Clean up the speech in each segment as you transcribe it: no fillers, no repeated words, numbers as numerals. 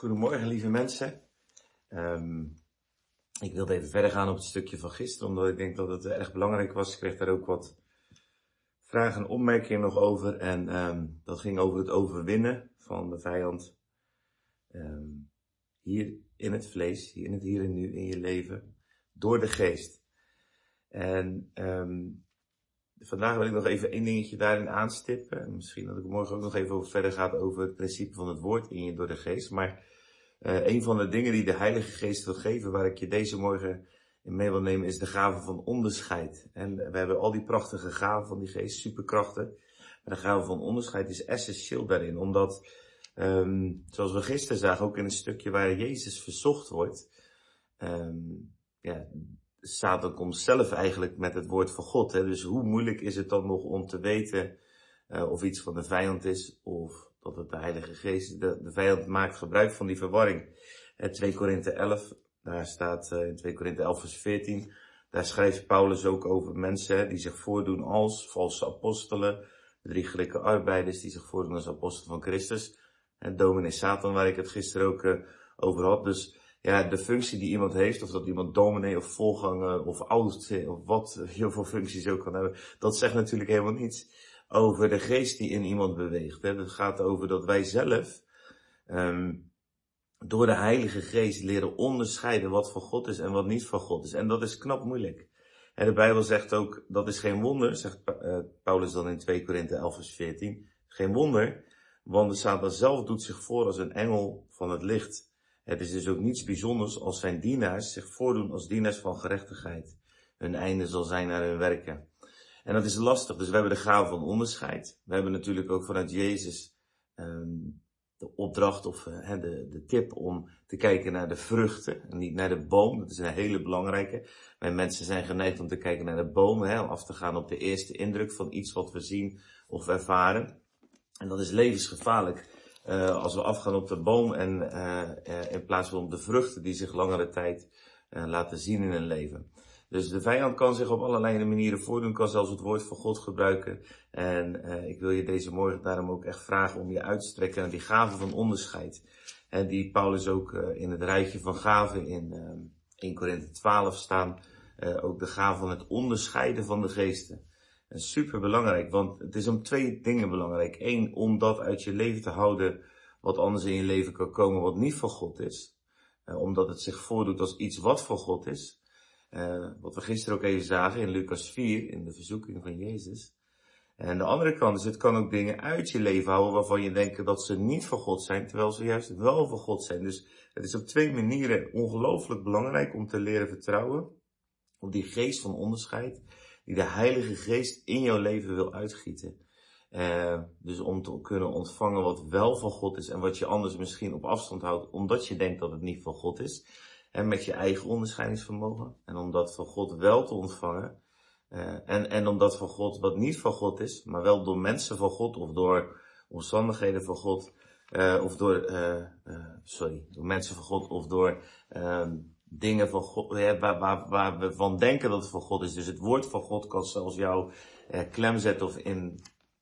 Goedemorgen, lieve mensen. Ik wilde even verder gaan op het stukje van gisteren, omdat ik denk dat het erg belangrijk was. Ik kreeg daar ook wat vragen en opmerkingen nog over. En dat ging over het overwinnen van de vijand hier in het vlees, hier en nu in je leven, door de geest. En vandaag wil ik nog even één dingetje daarin aanstippen. Misschien dat ik morgen ook nog even over verder ga over het principe van het woord in je door de geest. Maar een van de dingen die de Heilige Geest wil geven, waar ik je deze morgen in mee wil nemen, is de gave van onderscheid. En we hebben al die prachtige gaven van die geest, superkrachten. Maar de gave van onderscheid is essentieel daarin, omdat, zoals we gisteren zagen, ook in een stukje waar Jezus verzocht wordt, Satan komt zelf eigenlijk met het woord van God. Hè? Dus hoe moeilijk is het dan nog om te weten of iets van de vijand is of dat het de Heilige Geest is. De vijand maakt gebruik van die verwarring. 2 Korinthe 11, daar staat in 2 Korinthe 11 vers 14, daar schrijft Paulus ook over mensen die zich voordoen als valse apostelen, bedriegelijke arbeiders die zich voordoen als apostelen van Christus. En dominee Satan, waar ik het gisteren ook over had. Dus ja, de functie die iemand heeft, of dat iemand dominee of voorganger of oud, of wat heel veel functies ook kan hebben, dat zegt natuurlijk helemaal niets over de geest die in iemand beweegt. Het gaat over dat wij zelf door de Heilige Geest leren onderscheiden wat van God is en wat niet van God is. En dat is knap moeilijk. En de Bijbel zegt ook, dat is geen wonder, zegt Paulus dan in 2 Korinthe 11 vers 14. Geen wonder, want de Satan zelf doet zich voor als een engel van het licht. Het is dus ook niets bijzonders als zijn dienaars zich voordoen als dienaars van gerechtigheid. Hun einde zal zijn naar hun werken. En dat is lastig, dus we hebben de gave van onderscheid. We hebben natuurlijk ook vanuit Jezus de opdracht of de tip om te kijken naar de vruchten en niet naar de boom. Dat is een hele belangrijke. Wij mensen zijn geneigd om te kijken naar de boom, om af te gaan op de eerste indruk van iets wat we zien of ervaren. En dat is levensgevaarlijk. Als we afgaan op de boom en in plaats van op de vruchten die zich langere tijd laten zien in een leven. Dus de vijand kan zich op allerlei manieren voordoen, kan zelfs het woord van God gebruiken. En ik wil je deze morgen daarom ook echt vragen om je uit te strekken naar die gave van onderscheid. En die Paulus ook in het rijtje van gaven in 1 Korinthe 12 staan. Ook de gave van het onderscheiden van de geesten. Dat is super belangrijk, want het is om twee dingen belangrijk. Eén, om dat uit je leven te houden wat anders in je leven kan komen wat niet van God is. Omdat het zich voordoet als iets wat van God is. Wat we gisteren ook even zagen in Lucas 4, in de verzoeking van Jezus. En de andere kant is, het kan ook dingen uit je leven houden waarvan je denkt dat ze niet van God zijn, terwijl ze juist wel van God zijn. Dus het is op twee manieren ongelooflijk belangrijk om te leren vertrouwen op die geest van onderscheid, die de Heilige Geest in jouw leven wil uitgieten. Dus om te kunnen ontvangen wat wel van God is en wat je anders misschien op afstand houdt, omdat je denkt dat het niet van God is. En met je eigen onderscheidingsvermogen. En om dat van God wel te ontvangen. En om dat van God wat niet van God is, maar wel door mensen van God of door omstandigheden van God. Door mensen van God of door dingen van God, waar we van denken dat het van God is. Dus het woord van God kan zelfs jou klem zetten of in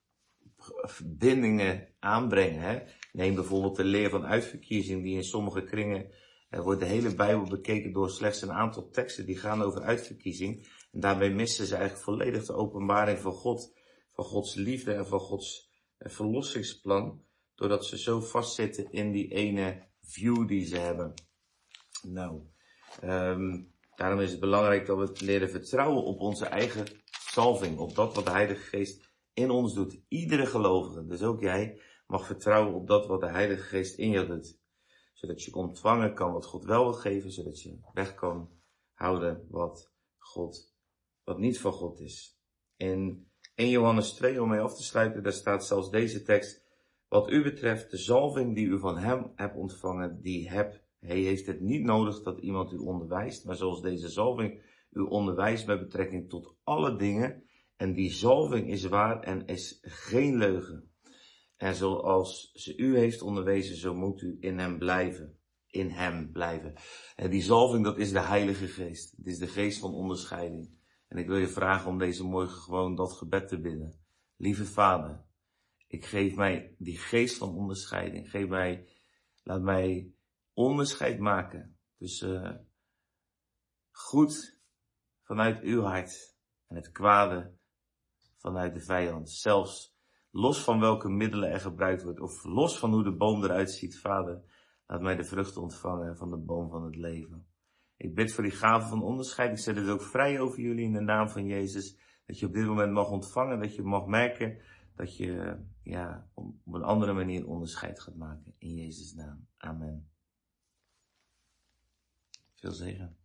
verbindingen aanbrengen. Neem bijvoorbeeld de leer van uitverkiezing die in sommige kringen wordt de hele Bijbel bekeken door slechts een aantal teksten die gaan over uitverkiezing. En daarmee missen ze eigenlijk volledig de openbaring van God, van Gods liefde en van Gods verlossingsplan, doordat ze zo vastzitten in die ene view die ze hebben. Nou, daarom is het belangrijk dat we leren vertrouwen op onze eigen salving, op dat wat de Heilige Geest in ons doet. Iedere gelovige, dus ook jij, mag vertrouwen op dat wat de Heilige Geest in je doet. Zodat je ontvangen kan wat God wel wil geven, zodat je weg kan houden wat niet van God is. In 1 Johannes 2, om mee af te sluiten, daar staat zelfs deze tekst. Wat u betreft, de zalving die u van hem hebt ontvangen, hij heeft het niet nodig dat iemand u onderwijst, maar zoals deze zalving u onderwijst met betrekking tot alle dingen. En die zalving is waar en is geen leugen. En zoals ze u heeft onderwezen, zo moet u in hem blijven. In hem blijven. En die zalving, dat is de Heilige Geest. Het is de geest van onderscheiding. En ik wil je vragen om deze morgen gewoon dat gebed te bidden. Lieve Vader, ik geef mij die geest van onderscheiding. Laat mij onderscheid maken tussen goed vanuit uw hart en het kwade vanuit de vijand. Zelfs los van welke middelen er gebruikt wordt of los van hoe de boom eruit ziet. Vader, laat mij de vruchten ontvangen van de boom van het leven. Ik bid voor die gave van onderscheid. Ik zet het ook vrij over jullie in de naam van Jezus. Dat je op dit moment mag ontvangen, dat je mag merken dat je op een andere manier onderscheid gaat maken. In Jezus' naam. Amen. Veel zegen.